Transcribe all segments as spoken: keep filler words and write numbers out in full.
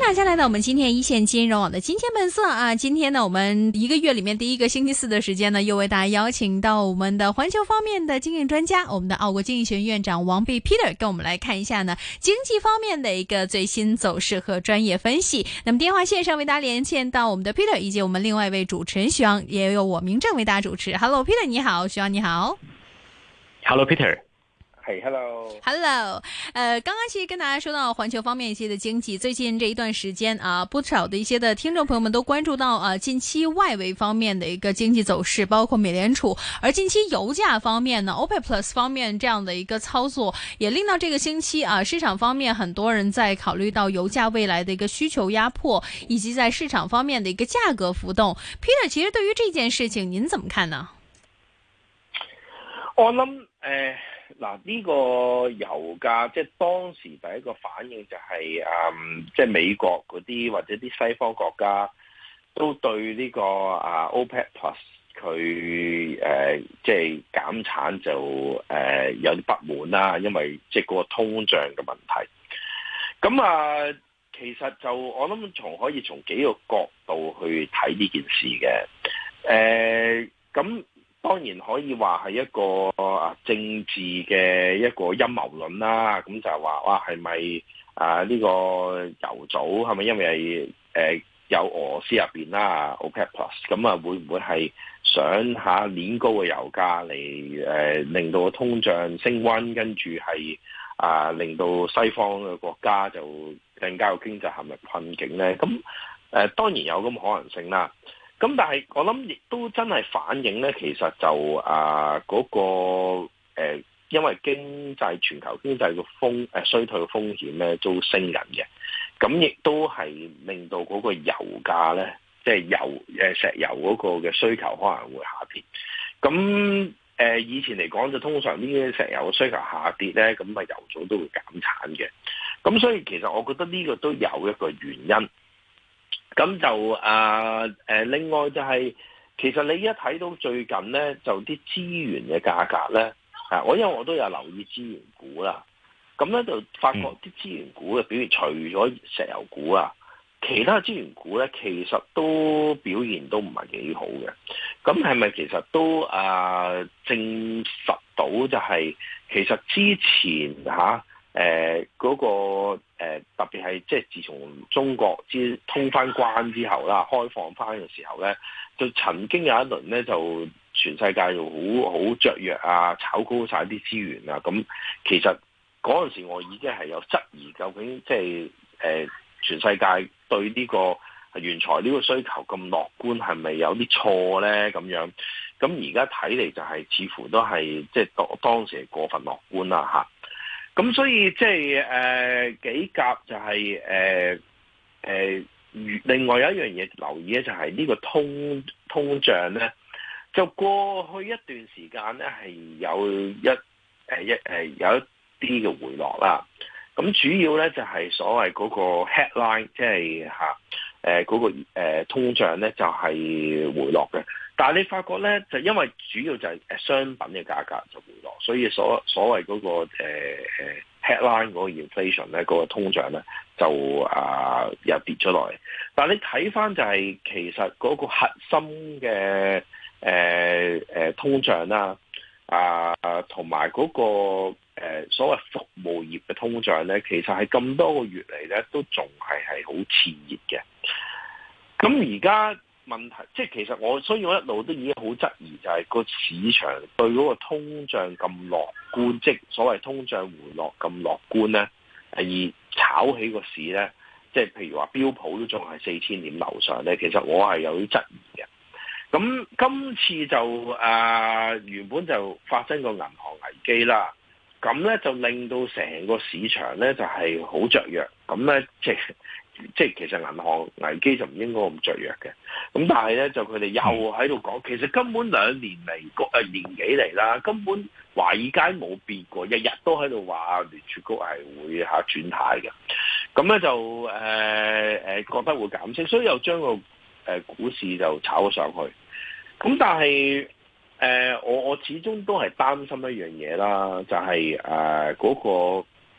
场下来呢，我们今天一线金融网的今天本色啊，今天呢，我们一个月里面第一个星期四的时间呢，又为大家邀请到我们的环球方面的经营专家，我们的澳国经济学院院长王弼 Peter 跟我们来看一下呢经济方面的一个最新走势和专业分析。那么电话线上为大家连线到我们的 Peter 以及我们另外一位主持人徐昂，也有我明正为大家主持。Hello Peter 你好，徐昂你好。 Hello Peter。 Hey, hello. Hello， 呃，刚刚其实跟大家说到环球方面一些的经济，最近这一段时间啊，不少的一些的听众朋友们都关注到啊，近期外围方面的一个经济走势，包括美联储，而近期油价方面呢 ，OPEC Plus 方面这样的一个操作，也令到这个星期啊，市场方面很多人在考虑到油价未来的一个需求压迫，以及在市场方面的一个价格浮动。Peter， 其实对于这件事情您怎么看呢？ 我諗誒嗱呢個油價即係當時第一個反應就係、是、誒、嗯、即係美國嗰啲或者啲西方國家都對呢、這個啊 OPEC Plus 佢誒、呃、即係減產就誒、呃、有啲不滿啦，因為即係嗰個通脹嘅問題。咁啊，其實就我諗從可以從幾個角度去睇呢件事嘅。誒咁。當然可以話係一個啊政治嘅一個陰謀論啦，咁就係話哇係咪啊呢、這個油組係咪因為誒、呃、有俄羅斯入邊啦 OPEC Plus， 咁啊會唔會係想下年高嘅油價嚟誒、呃、令到通脹升溫，跟住係啊令到西方嘅國家就更加有經濟陷入困境咧？咁誒、呃、當然有咁可能性啦。咁但係我諗亦都真係反映咧，其實就啊嗰、那個、呃、因為經濟全球經濟嘅風誒衰退嘅風險咧都升緊嘅，咁亦都係令到嗰個油價咧，即、就、係、是、油誒石油嗰個嘅需求可能會下跌。咁誒、呃、以前嚟講就通常呢啲石油嘅需求下跌咧，咁啊油組都會減產嘅。咁所以其實我覺得呢個都有一個原因。咁就啊誒、呃，另外就係、是、其實你一睇到最近咧，就啲資源嘅價格咧，啊，我因為我都有留意資源股啦，咁咧就發覺啲資源股嘅表現，除咗石油股啊，其他資源股咧其實都表現都唔係幾好嘅。咁係咪其實都啊證實到就係、是、其實之前嚇？啊誒嗰、呃那個、呃、特別係即係自從中國之通翻關之後啦，開放翻嘅時候咧，就曾經有一輪咧就全世界就好好雀躍啊，炒高晒啲資源啊，咁其實嗰陣時我已經係有質疑究竟即係誒全世界對呢個原材料嘅需求咁樂觀係咪有啲錯咧咁樣？咁而家睇嚟就係、是、似乎都係即係當當時係過分樂觀啦嚇。咁所以即係誒幾夾就係誒誒，另外有一樣嘢留意咧，就係呢個通通脹咧，就過去一段時間咧係有一誒、呃、一誒、呃、有一啲嘅回落啦。咁主要咧就係、是、所謂嗰個 headline， 即係嚇誒嗰個、呃、通脹咧就係、是、回落嘅。但係你發覺咧，就因為主要就係誒商品嘅價格就回落，所以所所謂嗰、那個誒、呃、headline 嗰個 inflation 咧，嗰、那個通脹咧就啊、呃、又跌咗落嚟。但係你睇翻就係、是、其實嗰個核心嘅誒誒通脹啦，啊同埋嗰個誒、呃、所謂服務業嘅通脹咧，其實係咁多個月嚟咧都仲係係好熾熱嘅。咁而家問題即係其實我，所以我一路都已經好質疑，就係個市場對嗰個通脹咁樂觀，即係所謂通脹回落咁樂觀咧，而炒起個市咧，即係譬如話標普都仲係四千點樓上咧，其實我係有啲質疑嘅。咁今次就誒、呃、原本就發生個銀行危機啦，咁咧就令到成個市場咧就係好雀躍，咁咧即係。即係其實銀行危機就唔應該咁雀躍嘅，咁但係咧就佢哋又喺度講，其實根本兩年嚟個誒年幾嚟啦，根本華爾街冇變過，日日都喺度話聯儲局係會下轉態嘅，咁咧就誒誒、呃、覺得會減息，所以又將個誒股市就炒咗上去。咁但係誒、呃、我我始終都係擔心一樣嘢啦，就係誒嗰個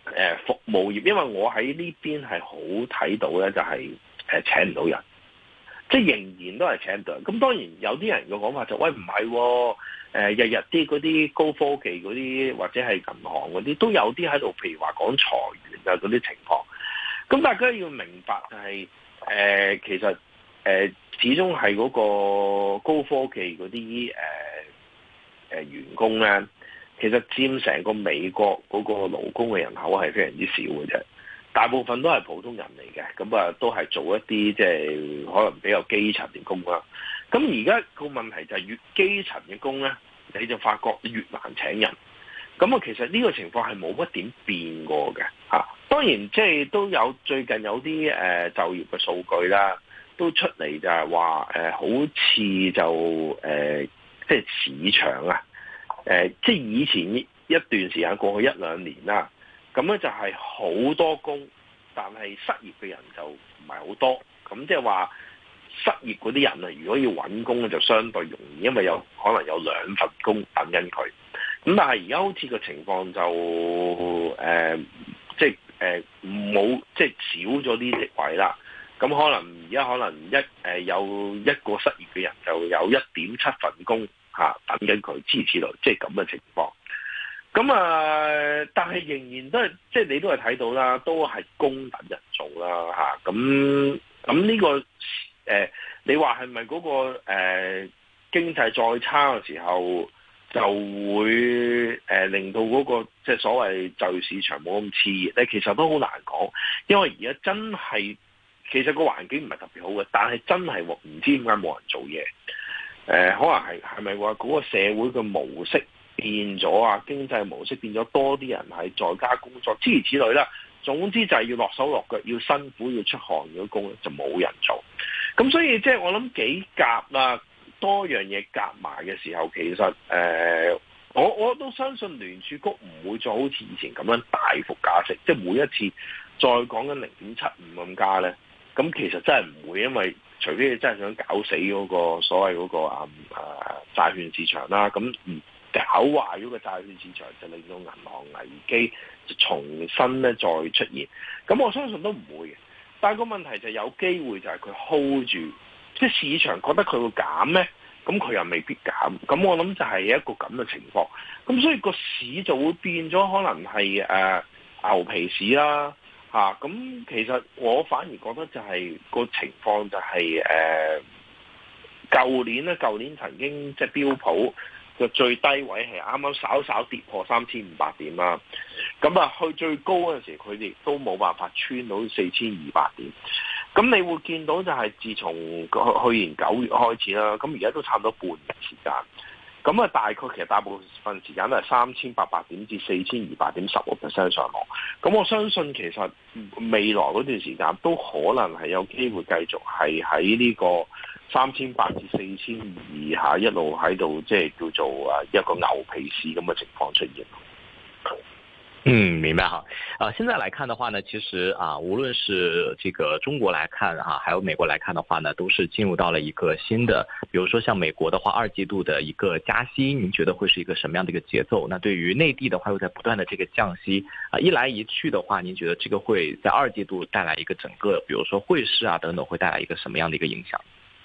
誒服務業，因為我喺呢邊係好睇到咧，就係誒請唔到人，即係仍然都係請唔到人。咁當然有啲人嘅講法就喂唔係喎，誒日日啲嗰啲高科技嗰啲或者係銀行嗰啲都有啲喺度，譬如話講裁員啊嗰啲情況。咁大家要明白就係、是、誒、呃、其實誒、呃、始終係嗰個高科技嗰啲誒誒員工咧。其實佔成個美國嗰個勞工嘅人口係非常之少嘅啫，大部分都係普通人嚟嘅，咁啊都係做一啲即係可能比較基層嘅工啦。咁而家個問題就係越基層嘅工咧，你就發覺越難請人。咁啊，其實呢個情況係冇乜點變過嘅嚇。當然即係都有最近有啲誒就業嘅數據啦，都出嚟就係話誒，好似就誒即係市場啊。誒、呃，即係以前一段時間過去一兩年啦，咁咧就係好多工，但係失業嘅人就唔係好多。咁即係話失業嗰啲人啊，如果要揾工咧，就相對容易，因為有可能有兩份工等緊佢。咁但係而家好似個情況就誒、呃，即係誒冇，即係少咗啲職位啦。咁可能而家可能一誒、呃、有一個失業嘅人就有一點七份工。嚇、啊，等緊佢支持度，即係咁嘅情況。咁啊，但係仍然都係，即係你都係睇到啦，都係供等人做啦嚇。咁咁呢個誒、呃，你話係咪嗰個誒、呃、經濟再差嘅時候，就會誒、呃、令到嗰、那個即係所謂就業市場冇咁熾熱咧？其實都好難講，因為而家真係其實個環境唔係特別好嘅，但係真係唔知點解冇人做嘢。誒、呃，可能係係咪話嗰個社會嘅模式變咗啊？經濟模式變咗，多啲人係在家工作，諸如此類啦。總之就係要落手落腳，要辛苦，要出汗嘅工咧，就冇人做。咁所以即係我諗幾夾啦，多樣嘢夾埋嘅時候，其實誒、呃，我我都相信聯儲局唔會再好似以前咁樣大幅加息，即係每一次再講緊零點七五咁加咧。咁其實真係唔會，因為除非你真係想搞死嗰個所謂嗰個啊啊債券市場啦，咁而搞壞嗰個債券市場，就令到銀行危機就重新咧再出現。咁我相信都唔會嘅，但係個問題就係有機會就係佢 hold 住，即係市場覺得佢會減咩？咁佢又未必減。咁我諗就係一個咁嘅情況。咁所以個市就會變咗，可能係誒、呃、牛皮市啦。嚇，咁、啊、其實我反而覺得就係、是、個情況就係誒舊年咧，舊年曾經即係標普嘅最低位係啱啱稍稍跌破三千五百點啦。咁啊，去最高嗰陣時，佢哋都冇辦法穿到四千二百點。咁你會見到就係自從去年九月開始啦，咁而家都差唔多半年時間。咁啊，大概其實大部分時間都係三千八百點至四千二百點十個 percent 上落。咁我相信其實未來嗰段時間都可能係有機會繼續係喺呢個三千八至四千以下一路喺度，即係叫做啊一個牛皮市咁嘅情況出現。 嗯，明白哈。啊，現在來看的話呢，其實啊，無論是這個中國來看哈、啊，還有美國來看的話呢，都是進入到了一個新的，比如說像美國的話，二季度的一個加息，您覺得會是一個什麼樣的一個節奏？那對於內地的話，又在不斷的這個降息啊，一來一去的話，您覺得這個會在二季度帶來一個整個，比如說匯市啊等等，會帶來一個什麼樣的一個影響？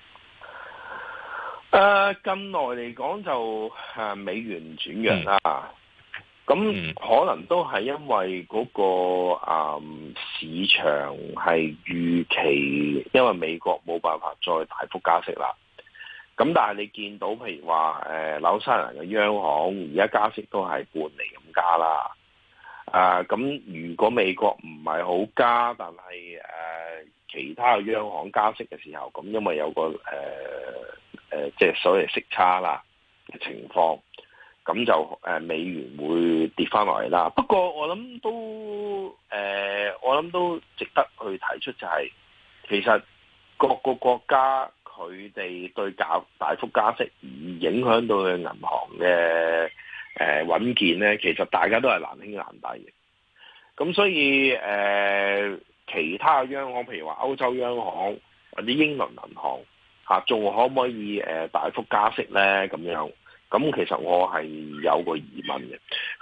呃，近來嚟講就啊美元轉弱啦。嗯咁可能都係因為嗰、那個啊、嗯、市場係預期，因為美國冇辦法再大幅加息啦。咁但係你見到譬如話誒紐西蘭嘅央行而家加息都係半釐咁加啦。啊咁如果美國唔係好加，但係誒、呃、其他嘅央行加息嘅時候，咁因為有個誒誒即係所謂息差啦嘅情況。咁就誒美元會跌翻落嚟啦。不過我諗都誒、呃，我諗都值得去提出就係、是，其實各個國家佢哋對較大幅加息而影響到嘅銀行嘅誒穩健咧，其實大家都係難兄難弟嘅。咁所以誒、呃，其他央行譬如話歐洲央行或者英倫銀行嚇，仲可唔可以誒大幅加息咧？咁樣？咁其實我係有個疑問嘅，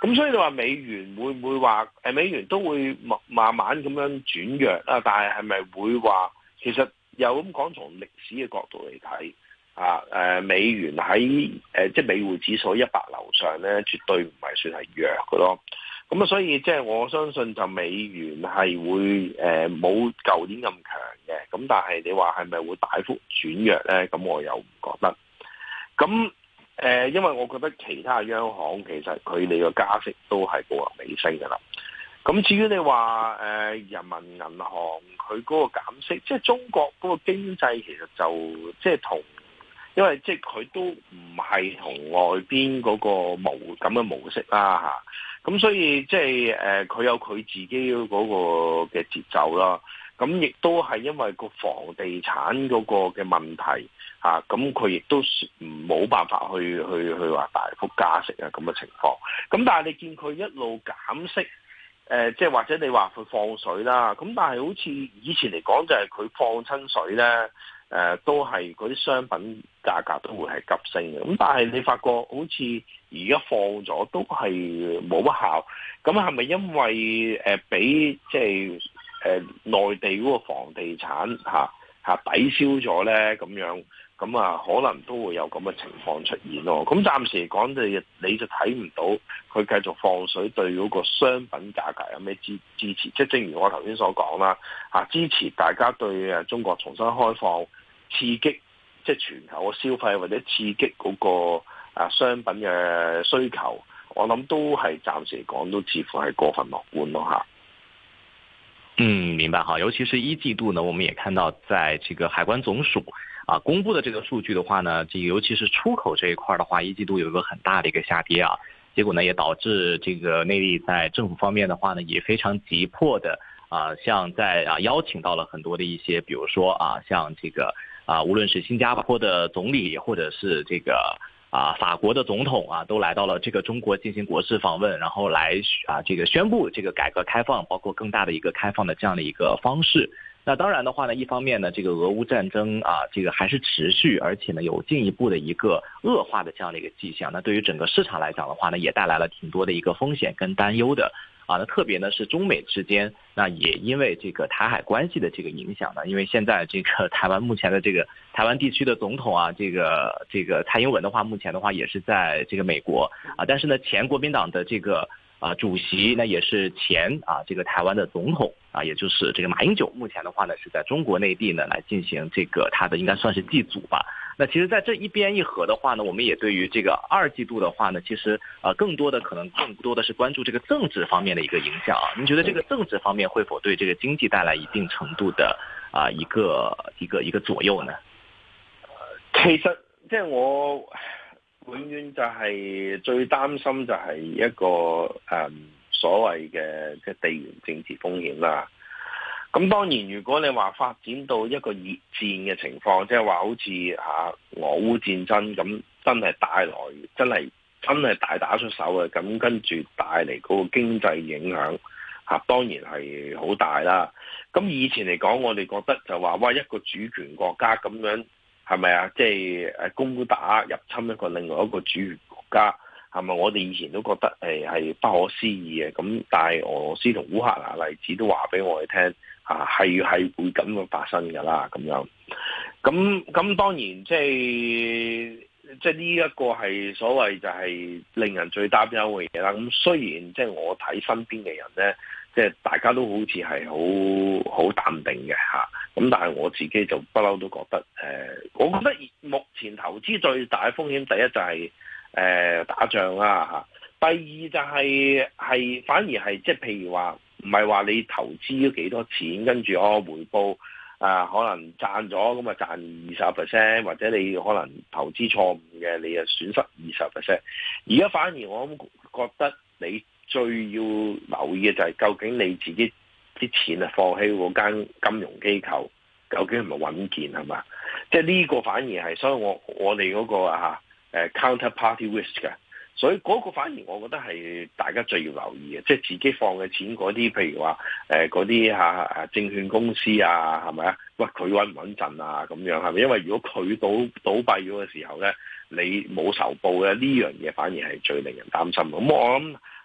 咁所以你話美元會唔會話誒美元都會慢慢慢咁樣轉弱啊？但係係咪會話其實又咁講，從歷史嘅角度嚟睇啊誒美元喺誒即係美匯指數一百樓上咧，絕對唔係算係弱嘅咯。咁啊，所以即係我相信就美元係會誒冇舊年咁強嘅。咁但係你話係咪會大幅轉弱咧？咁我又唔覺得。咁誒、呃，因為我覺得其他央行其實佢哋嘅加息都係步入尾聲㗎啦。咁至於你話誒、呃、人民銀行佢嗰個減息，即係中國嗰個經濟其實就即係同，因為即係佢都唔係同外邊嗰個模咁嘅模式啦嚇。咁所以即係誒佢有佢自己嗰個嘅節奏啦。咁亦都係因為個房地產嗰個嘅問題嚇，咁佢亦都冇辦法去去去話大幅加息啊咁嘅情況。咁但係你見佢一路減息，誒、呃、即係或者你話佢放水啦，咁但係好似以前嚟講就係佢放親水咧，誒、呃、都係嗰啲商品價格都會係急升嘅。咁但係你發覺好似而家放咗都係冇乜效，咁係咪因為誒俾、呃、即係？誒、呃、內地嗰個房地產嚇嚇抵消咗咧，咁樣咁啊，可能都會有咁嘅情況出現咯。咁暫時嚟講，你你就睇唔到佢繼續放水對嗰個商品價格有咩支支持。即係正如我頭先所講啦，嚇、啊、支持大家對誒中國重新開放，刺激即係全球嘅消費或者刺激嗰個啊商品嘅需求，我諗都係暫時嚟講都似乎係過分樂觀咯嚇。 嗯，明白哈。尤其是一季度呢，我們也看到，在這個海關總署啊公布的這個數據的話呢，這個尤其是出口這一塊的話，一季度有一個很大的一個下跌啊。結果呢，也導致這個內地在政府方面的話呢，也非常急迫的啊，像在啊邀請到了很多的一些，比如說啊，像這個啊，無論是新加坡的總理，或者是這個。啊，法國的總統啊，都來到了這個中國進行國事訪問，然後來啊，這個宣布這個改革開放，包括更大的一個開放的這樣的一個方式。那當然的話呢，一方面呢，這個俄烏戰爭啊，這個還是持續，而且呢，有進一步的一個惡化的這樣的一個跡象。那對於整個市場來講的話呢，也帶來了挺多的一個風險跟擔憂的。啊，那特別呢是中美之間，那也因為這個台海關係的這個影響呢，因為現在這個台灣目前的這個台灣地區的總統啊，這個這個蔡英文的話，目前的話也是在這個美國啊，但是呢，前國民黨的這個啊主席呢，也是前啊這個台灣的總統啊，也就是這個馬英九，目前的話呢是在中國內地呢來進行這個他的應該算是祭祖吧。那其實，在這一邊一合的話呢，我們也對於這個二季度的話呢，其實呃更多的可能更多的是關注這個政治方面的一個影響啊。您覺得這個政治方面會否對這個經濟帶來一定程度的啊、呃、一個一個一個左右呢？ 其實即係我永遠就係最擔心就係一個誒、嗯、所謂嘅即係地緣政治風險啦。咁當然，如果你話發展到一個熱戰嘅情況，即係話好似嚇俄烏戰爭咁，真係帶來真係真係大打出手嘅，咁跟住帶嚟嗰個經濟影響嚇，當然係好大啦。咁以前嚟講，我哋覺得就話哇，一個主權國家咁樣係咪啊？即係誒攻打入侵一個另外一個主權國家，係咪？我哋以前都覺得誒係不可思議嘅。咁但係俄羅斯同烏克蘭例子都話俾我哋聽。啊，係係會咁樣發生㗎啦，咁樣，咁咁當然即係即係呢一個係所謂就係令人最擔憂嘅嘢啦。咁雖然即係我睇身邊嘅人咧，即係大家都好似係好好淡定嘅嚇，咁但係我自己就不嬲都覺得，誒，我覺得目前投資最大嘅風險，第一就係誒打仗啦嚇，第二就係係反而係即係譬如話。唔係話你投資咗幾多錢，跟住我回報啊、呃，可能賺咗咁啊賺二十 percent， 或者你可能投資錯誤嘅，你啊損失二十 percent。而家反而我覺得你最要留意嘅就係究竟你自己啲錢啊放喺嗰間金融機構，究竟係咪穩健係嘛？即係呢個反而係，所以我我哋嗰個啊誒 counterparty risk 嘅。所以嗰個反而我覺得係大家最要留意嘅，即係自己放嘅錢嗰啲，譬如話誒嗰啲嚇誒證券公司啊，係咪啊？喂，佢穩唔穩陣啊？咁樣係咪？因為如果佢倒倒閉咗嘅時候咧，你冇仇報嘅呢樣嘢，反而係最令人擔心。咁我諗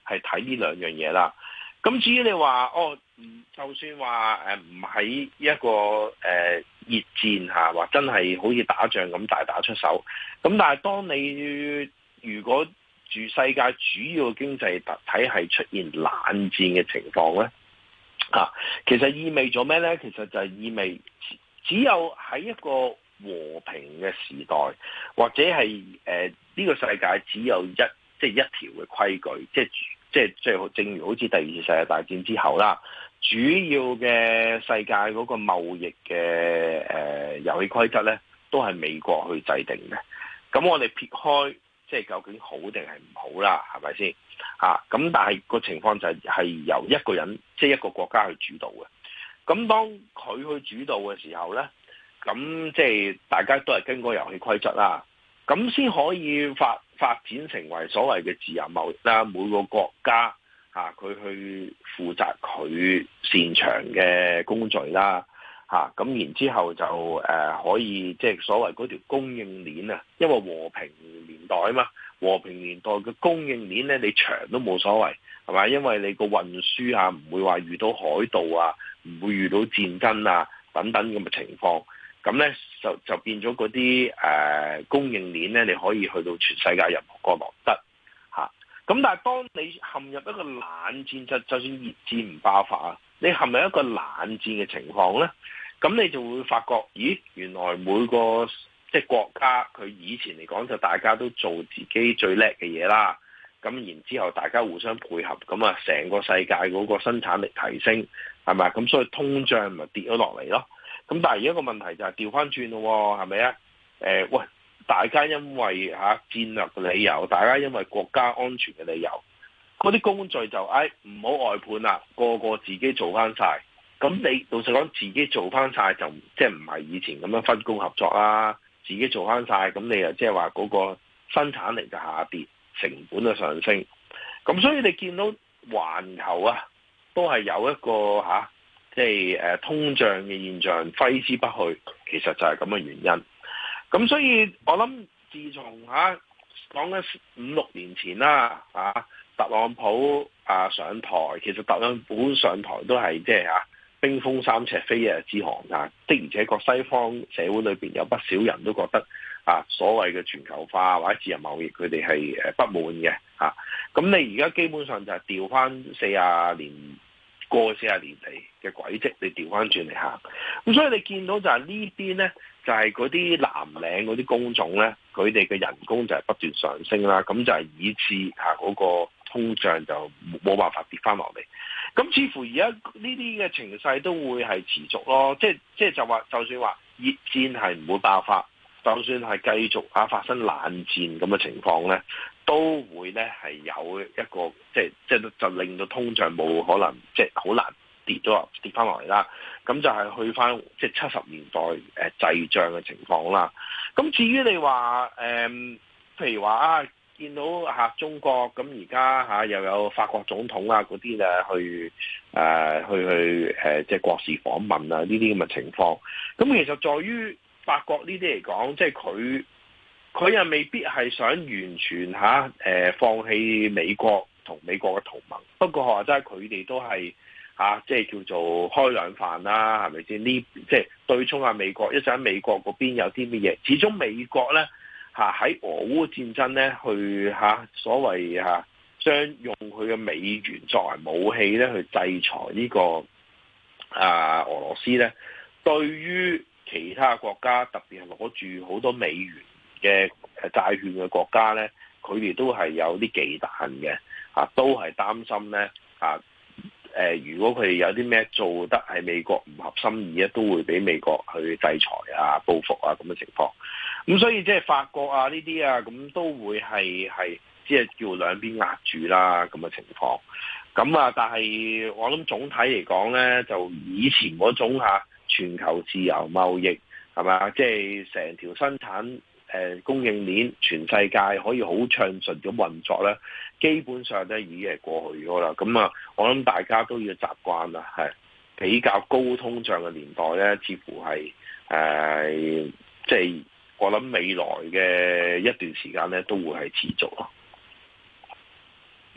係睇呢兩樣嘢啦。咁至於你話哦，就算話誒唔喺一個誒、呃、熱戰嚇，話真係好似打仗咁大打出手，咁但係當你如果住世界主要經濟體系出現冷戰嘅情況咧，啊，其實意味咗咩咧？其實就係意味只有喺一個和平嘅時代，或者係誒呢個世界只有一即係、就是、一條嘅規矩，即係即係即係正如好似第二次世界大戰之後啦，主要嘅世界嗰個貿易嘅誒遊戲規則咧，都係美國去制定嘅。咁我哋撇開即係究竟好定係唔好啦，係咪先？嚇咁，但係個情況就係係由一個人即係、就是、一個國家去主導嘅。咁當佢去主導嘅時候咧，咁即係大家都係跟個遊戲規則啦，咁先可以發發展成為所謂嘅自由貿易啦。每個國家嚇佢去負責佢擅長嘅工序啦，嚇咁然之後就誒可以即係所謂嗰條供應鏈啊，因為和平年代啊嘛，和平年代嘅供應鏈咧，你長都冇所謂係咪？因為你個運輸啊唔會話遇到海盜啊，唔會遇到戰爭啊等等咁嘅情況。咁咧就就變咗嗰啲誒供應鏈咧，你可以去到全世界任何角落得嚇。咁、啊、但係當你陷入一個冷戰，就就算熱戰唔爆發啊，你陷入一個冷戰嘅情況咧，咁你就會發覺，咦，原來每個即係國家佢以前嚟講就大家都做自己最叻嘅嘢啦。咁然之後大家互相配合，咁啊成個世界嗰個生產力提升係咪？咁所以通脹咪跌咗落嚟咯。咁但係而家個問題就係調翻轉咯，係咪啊？誒，喂，大家因為嚇、啊、戰略嘅理由，大家因為國家安全嘅理由，嗰啲工序就誒唔好外判啦，個個自己做翻晒。咁你老實講，自己做翻晒就即係唔係以前咁樣分工合作啦，自己做翻晒，咁你又即係話嗰個生產力就下跌，成本就上升。咁所以你見到環球啊，都係有一個嚇。啊即係誒通脹嘅現象揮之不去，其實就係咁嘅原因。咁所以我諗，自從嚇講緊五六年前啦，啊特朗普啊上台，其實特朗普上台都係即係嚇冰封三尺非一日之寒啊！的而且確西方社會裏邊有不少人都覺得啊，所謂嘅全球化或者自由貿易，佢哋係誒不滿嘅嚇。咁你而家基本上就係調翻四十年。過四十年嚟嘅軌跡，你調翻轉嚟行，咁所以你見到就係呢邊咧，就係嗰啲藍領嗰啲工種咧，佢哋嘅人工就係不斷上升啦，咁就係以致嚇嗰個通脹就冇辦法跌翻落嚟。咁似乎而家呢啲嘅情勢都會係持續咯，即係即係就話，就算話熱戰係唔會爆發，就算係繼續啊發生冷戰咁嘅情況咧，都會咧係有一個即係即係就令到通脹冇可能即係好難跌咗跌翻落嚟啦。咁就係去翻即係七十年代誒滯脹嘅情況啦。咁至於你話誒、呃，譬如話啊，見到嚇、啊、中國咁而家嚇又有法國總統啊嗰啲咧去誒、呃、去去誒、呃、即係國事訪問啊呢啲咁嘅情況。咁其實在於法國呢啲嚟講，即係佢。佢又未必係想完全嚇誒、啊呃、放棄美國同美國嘅同盟，不過話真係佢哋都係嚇、啊、即係叫做開兩飯啦，係咪先？呢即係對沖下美國，一陣美國嗰邊有啲乜嘢？始終美國咧嚇喺俄烏戰爭咧去嚇、啊、所謂嚇將、啊、用佢嘅美元作為武器咧去制裁呢、呢個啊俄羅斯咧，對於其他國家特別係攞住好多美元嘅誒債券嘅國家咧，佢哋都係有啲忌憚嘅，啊，都係擔心咧，啊，誒、呃，如果佢哋有啲咩做得係美國唔合心意咧，都會俾美國去制裁啊、報復啊咁嘅情況。咁所以即係法國啊呢啲啊，咁都會係係即係叫兩邊壓住啦咁嘅情況。咁啊，但係我諗總體嚟講咧，就以前嗰種嚇、啊、全球自由貿易係咪，即係成條生產。誒供應鏈全世界可以好暢順咁運作咧，基本上咧已經係過去咗啦。咁啊，我諗大家都要習慣啦，係比較高通脹嘅年代咧，似乎係誒、呃，即係我諗未來嘅一段時間咧，都會係持續咯。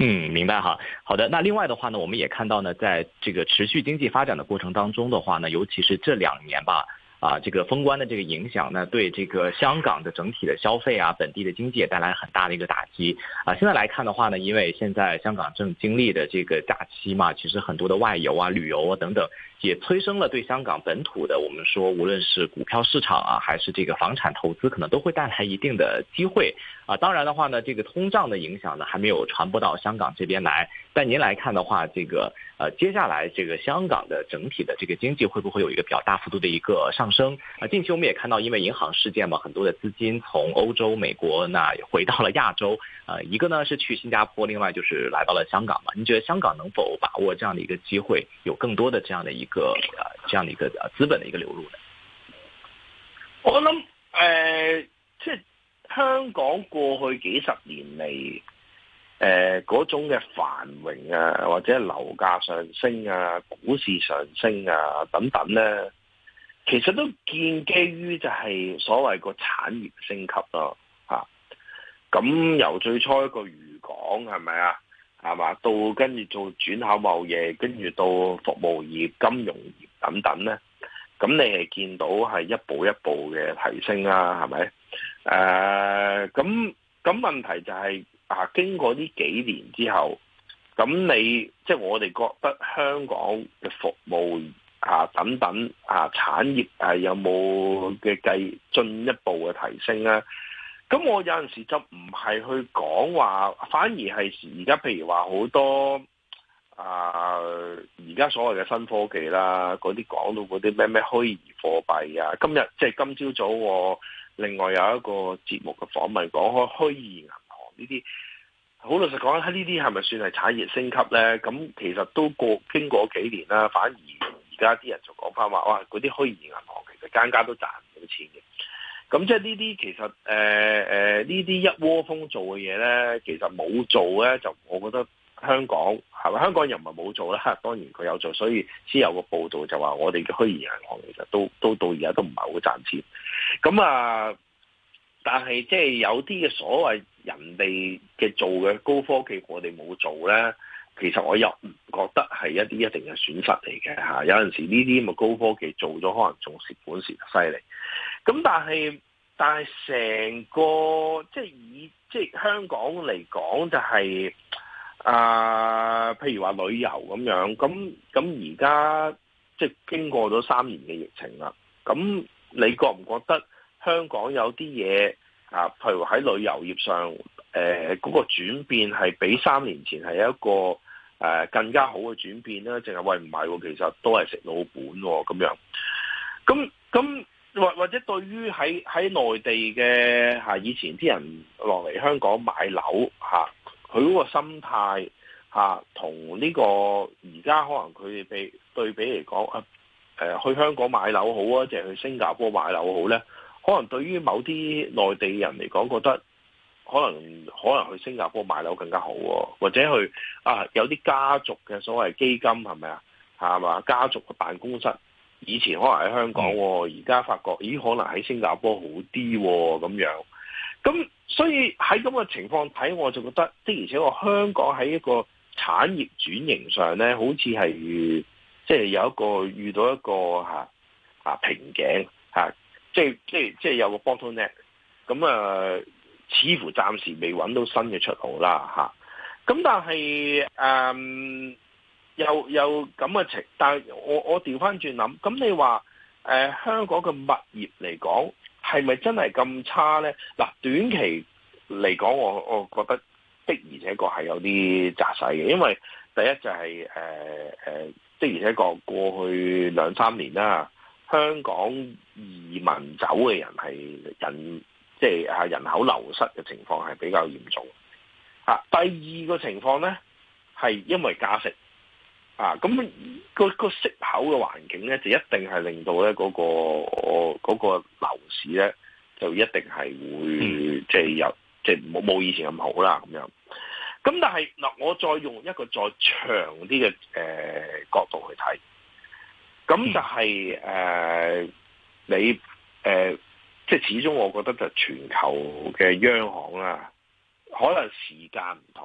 嗯，明白哈。好的，那另外的话呢，我们也看到呢，在这个持续经济发展的过程当中的话呢，尤其是这两年吧，啊，这个封关的这个影响呢，对这个香港的整体的消费啊，本地的经济也带来很大的一个打击啊。现在来看的话呢，因为现在香港正经历的这个假期嘛，其实很多的外游啊、旅游啊等等，也催生了对香港本土的我们说，无论是股票市场啊，还是这个房产投资，可能都会带来一定的机会啊。当然的话呢，这个通胀的影响呢，还没有传播到香港这边来。但您来看的话，这个呃，接下来这个香港的整体的这个经济会不会有一个比较大幅度的一个上升啊？近期我们也看到，因为银行事件嘛，很多的资金从欧洲、美国那回到了亚洲，呃，一个呢是去新加坡，另外就是来到了香港嘛。您觉得香港能否把握这样的一个机会，有更多的这样的一个呃这样的一个呃资本的一个流入呢？ 我諗誒、呃，即係香港過去幾十年嚟。誒嗰、呃、種嘅繁榮啊，或者樓價上升啊、股市上升啊等等咧，其實都建基於就係所謂個產業升級咯嚇。咁、啊、由最初一個漁港係咪啊，係嘛，到跟住做轉口貿易，跟住到服務業、金融業等等咧，咁你係見到係一步一步嘅提升啦，係咪？誒咁咁問題就係、是。啊！經過呢幾年之後，咁你即係我哋覺得香港嘅服務啊等等啊產業係有冇嘅繼進一步嘅提升咧？咁我有陣時就唔係去講話，反而係而家譬如話好多啊而家所謂嘅新科技啦，嗰啲講到嗰啲咩咩虛擬貨幣啊，今日即係今朝早我另外有一個節目嘅訪問講開虛擬銀行呢啲。好老實講，呢啲係咪算係產業升級咧？咁其實都過經過幾年啦，反而而家啲人就講翻話，哇！嗰啲虛擬銀行其實間間都賺唔到錢嘅。咁即係呢啲其實誒誒呢啲一窩蜂做嘅嘢咧，其實冇做咧，就我覺得香港係咪香港人唔係冇做啦？當然佢有做，所以先有個報道就話我哋嘅虛擬銀行其實都都到而家都唔係好賺錢。咁啊，但係即係有啲嘅所謂人哋嘅做嘅高科技，我哋冇做咧，其實我又唔覺得係一啲一定嘅損失嚟嘅嚇。有陣時呢啲咁嘅高科技做咗，可能仲蝕本蝕得犀利。咁但係但係成個即係以即係香港嚟講，就係、是、啊、呃，譬如話旅遊咁樣，咁咁而家即係經過咗三年嘅疫情啦，咁你覺唔覺得香港有啲嘢？啊，譬如喺旅遊業上，誒、呃、嗰、那個轉變係比三年前係一個誒、呃、更加好嘅轉變咧，淨係喂唔係喎，其實都係食老本喎咁樣。咁咁或或者對於喺喺內地嘅嚇、啊、以前啲人落嚟香港買樓嚇，佢、啊、嗰個心態嚇同呢個而家可能佢哋比對比嚟講，誒、啊呃、去香港買樓好啊，定係去新加坡買樓好咧？可能對於某啲內地人嚟講，覺得可能可能去新加坡買樓更加好喎，或者去啊有啲家族嘅所謂基金係咪啊？係嘛，家族嘅辦公室以前可能喺香港，而家發覺咦可能喺新加坡好啲咁樣。咁所以喺咁嘅情況睇，我就覺得的而且確香港喺一個產業轉型上咧，好似係即係有一個遇到一個嚇啊瓶頸嚇。即係即係即係有個 bottleneck，咁啊、呃，似乎暫時未揾到新嘅出路啦嚇。咁、啊、但係誒、嗯，又又咁嘅情，但係我我調翻轉諗，咁你話誒、呃、香港嘅物業嚟講，係咪真係咁差咧？嗱，短期嚟講，我我覺得的而且確係有啲窄細嘅，因為第一就係誒誒的而且確過去兩三年啦。香港移民走嘅人係人，即係啊人口流失嘅情況係比較嚴重。啊，第二個情況咧係因為加息。啊，咁、那個個息口嘅環境咧就一定係令到咧嗰、那個嗰、那個樓市咧就一定係會即係有即係冇冇以前咁好啦咁樣。咁但係嗱，我再用一個再長啲嘅誒角度去睇。咁就係、是、誒、呃、你誒、呃，即係始終我覺得就全球嘅央行啦，可能時間唔同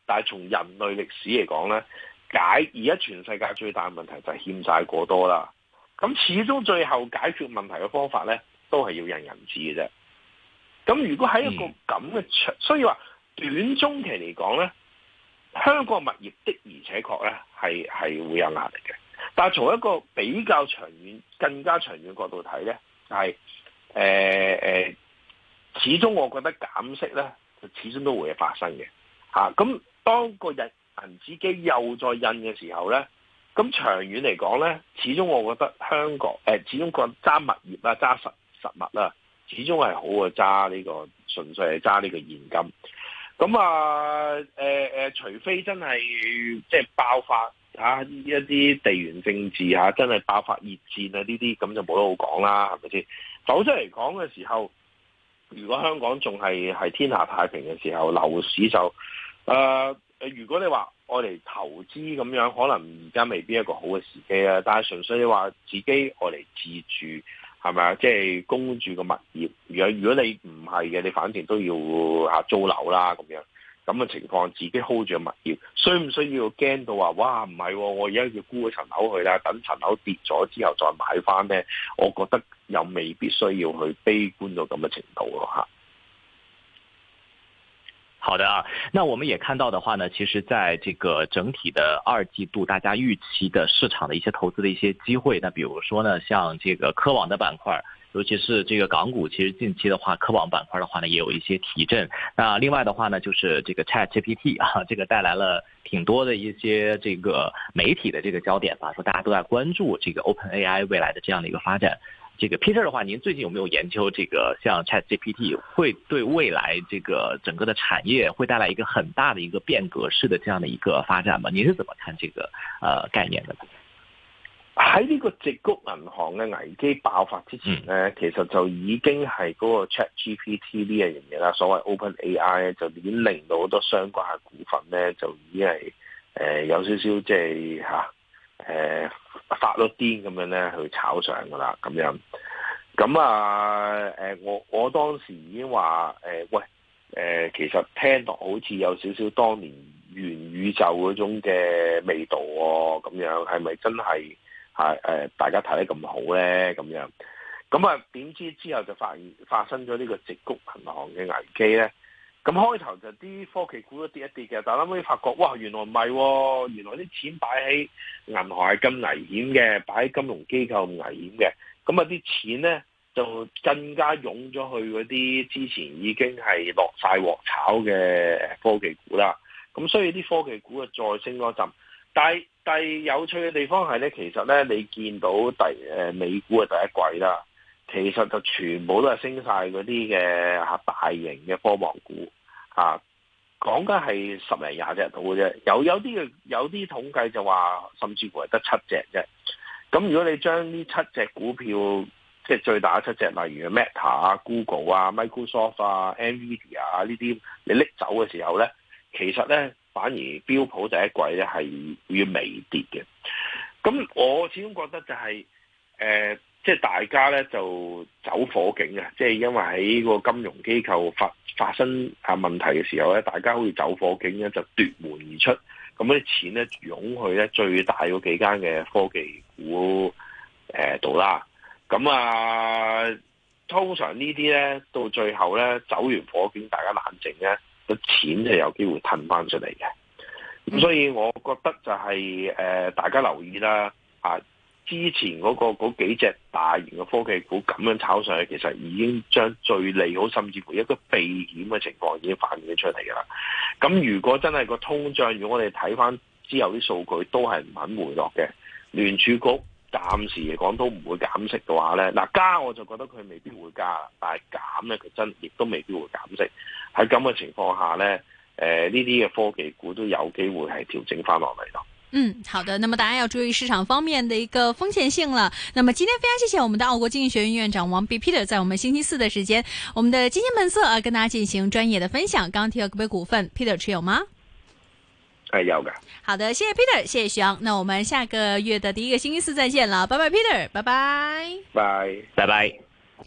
但係從人類歷史嚟講咧，解而家全世界最大嘅問題就係欠債過多啦。咁始終最後解決問題嘅方法咧，都係要印銀紙嘅啫。咁如果喺一個咁嘅長，所以話短中期嚟講咧，香港物業的而且確咧係係會有壓力嘅。但係從一個比較長遠、更加長遠角度睇咧，就係誒誒，始終我覺得減息咧，就始終都會發生嘅嚇。咁、啊、當個印銀紙機又再印嘅時候咧，咁長遠嚟講咧，始終我覺得香港誒、呃，始終個揸物業啦、揸實實物啦，始終係好過揸呢個純粹係揸呢個現金。咁啊誒誒、呃，除非真係即係爆發嚇一啲地緣政治嚇，真係爆發熱戰啊呢啲，咁就冇得好講啦，係咪先？否則嚟講嘅時候，如果香港仲係係天下太平嘅時候，樓市就誒、呃，如果你話我嚟投資咁樣，可能而家未必係一個好嘅時機啊。但係純粹你話自己我嚟自住，係咪啊？即係供住個物業。如果如果你唔係嘅，你反正都要啊租樓啦咁樣。咁嘅情況，自己 hold 住個物業，需唔需要驚到話哇唔係、哦，我而家要沽嗰層樓去啦，等層樓跌咗之後再買翻咧？我覺得又未必需要去悲觀到咁嘅程度咯嚇。 好的啊，那我們也看到的話呢，其實在這個整體的二季度，大家預期的市場的一些投資的一些機會，那比如說呢，像這個科網的板塊，尤其是這個港股，其實近期的話，科網板塊的話呢，也有一些提振。那另外的話呢，就是這個 ChatGPT 啊，這個帶來了挺多的一些這個媒體的這個焦點吧，說大家都在關注這個 OpenAI 未來的這樣的一個發展。這個 Peter 的話，您最近有沒有研究這個像 ChatGPT 會對未來這個整個的產業會帶來一個很大的一個變革式的這樣的一個發展嗎？您是怎麼看這個呃概念的呢？ 喺呢個矽谷銀行嘅危機爆發之前咧，嗯、其實就已經係嗰個 ChatGPT 呢一樣嘢啦，所謂 OpenAI 就已經令到好多相關嘅股份咧，就已經係誒、呃、有少少即係嚇誒發咗癲咁樣咧去炒上噶啦咁樣。咁啊誒、呃，我我當時已經話誒、呃、喂誒、呃，其實聽落好似有少少當年元宇宙嗰種嘅味道喎、哦，咁樣係咪真係？係誒，大家睇得咁好咧，咁樣，咁啊點知之後就發現發生咗呢個矽谷銀行嘅危機咧。咁開頭就啲科技股都跌一跌嘅，但係後尾發覺，哇，原來唔係喎，原來啲錢擺喺銀行係咁危險嘅，擺喺金融機構咁危險嘅。咁啊啲錢咧就更加湧咗去嗰啲之前已經係落晒鑊炒嘅科技股啦。咁所以啲科技股啊再升多陣。但係，但係有趣嘅地方係咧，其實咧你見到第誒美股嘅第一季啦，其實就全部都係升晒嗰啲嘅嚇大型嘅科網股嚇，講緊係十零廿隻到嘅啫。有有啲嘅有啲統計就話，甚至乎係得七隻啫。咁如果你將呢七隻股票，即係最大嘅七隻，例如 Meta 啊、Google 啊、Microsoft 啊、Nvidia 啊呢啲，你拎走嘅時候咧，其實咧，反而標普第一季咧係要微跌嘅。咁我始終覺得就係、是、誒，即、呃、係、就是、大家咧就走火警啊！即、就、係、是、因為喺個金融機構發發生啊問題嘅時候咧，大家好似走火警咧就奪門而出，咁啲錢咧湧去咧最大嗰幾間嘅科技股誒度啦。咁、呃、啊，通常呢啲咧到最後咧走完火警，大家冷靜咧，個錢就有機會褪翻出嚟嘅。咁所以我覺得就係、是、誒、呃、大家留意啦，啊之前嗰、那個嗰幾隻大型嘅科技股咁樣炒上去，其實已經將最利好甚至乎一個避險嘅情況已經反映咗出嚟㗎啦。咁如果真係個通脹，如果我哋睇翻之後啲數據都係唔肯回落嘅，聯儲局暫時嚟講都唔會減息嘅話咧，嗱加我就覺得佢未必會加，但係減咧佢真亦都未必會減息。喺咁嘅情況下咧，誒呢啲嘅科技股都有機會係調整翻落嚟咯。 嗯，好的。那麼大家要注意市場方面的一個風險性了。那麼今天非常謝謝我們的澳國經濟學院院長王弼 Peter， 在我們星期四的時間，我們的金錢本色啊，跟大家進行專業的分享。剛剛提到個別股份 ，Peter 持有嗎？ 係有嘅。 好的，謝謝 Peter，謝謝徐陽。那我們下個月的第一個星期四再見了，拜拜 Peter，拜拜， 拜拜拜。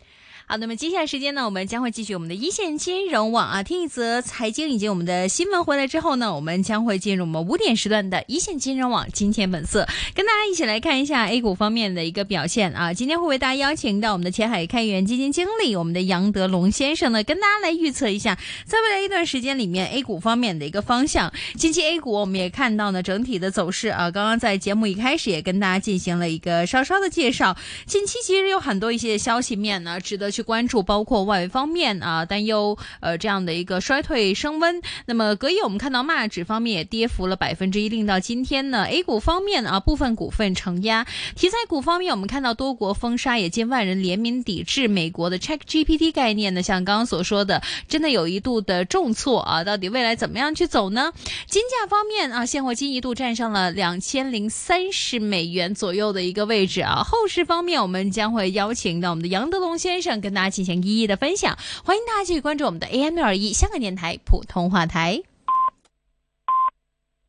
好，那么接下来时间呢，我们将会继续我们的一线金融网啊，听一则财经以及我们的新闻回来之后呢，我们将会进入我们五点时段的一线金融网金钱本色，跟大家一起来看一下 A 股方面的一个表现啊。今天会为大家邀请到我们的前海开源基金经理，我们的杨德龙先生呢，跟大家来预测一下，在未来一段时间里面 A 股方面的一个方向。近期 A 股我们也看到呢，整体的走势啊，刚刚在节目一开始也跟大家进行了一个稍稍的介绍。近期其实有很多一些消息面呢，值得去关注，包括外围方面啊，担忧呃这样的一个衰退升温。那么隔夜我们看到纳指方面也跌幅了百分之一，令到今天呢 A 股方面啊部分股份承压。题材股方面，我们看到多国封杀，也近万人联名抵制美国的 ChatGPT 概念呢，像刚刚所说的，真的有一度的重挫啊，到底未来怎么样去走呢？金价方面啊，现货金一度站上了两千零三十美元左右的一个位置啊。后市方面，我们将会邀请到我们的杨德龙先生跟大家进行一一的分享，欢迎大家继续关注我们的 A M 六二一香港电台普通话台。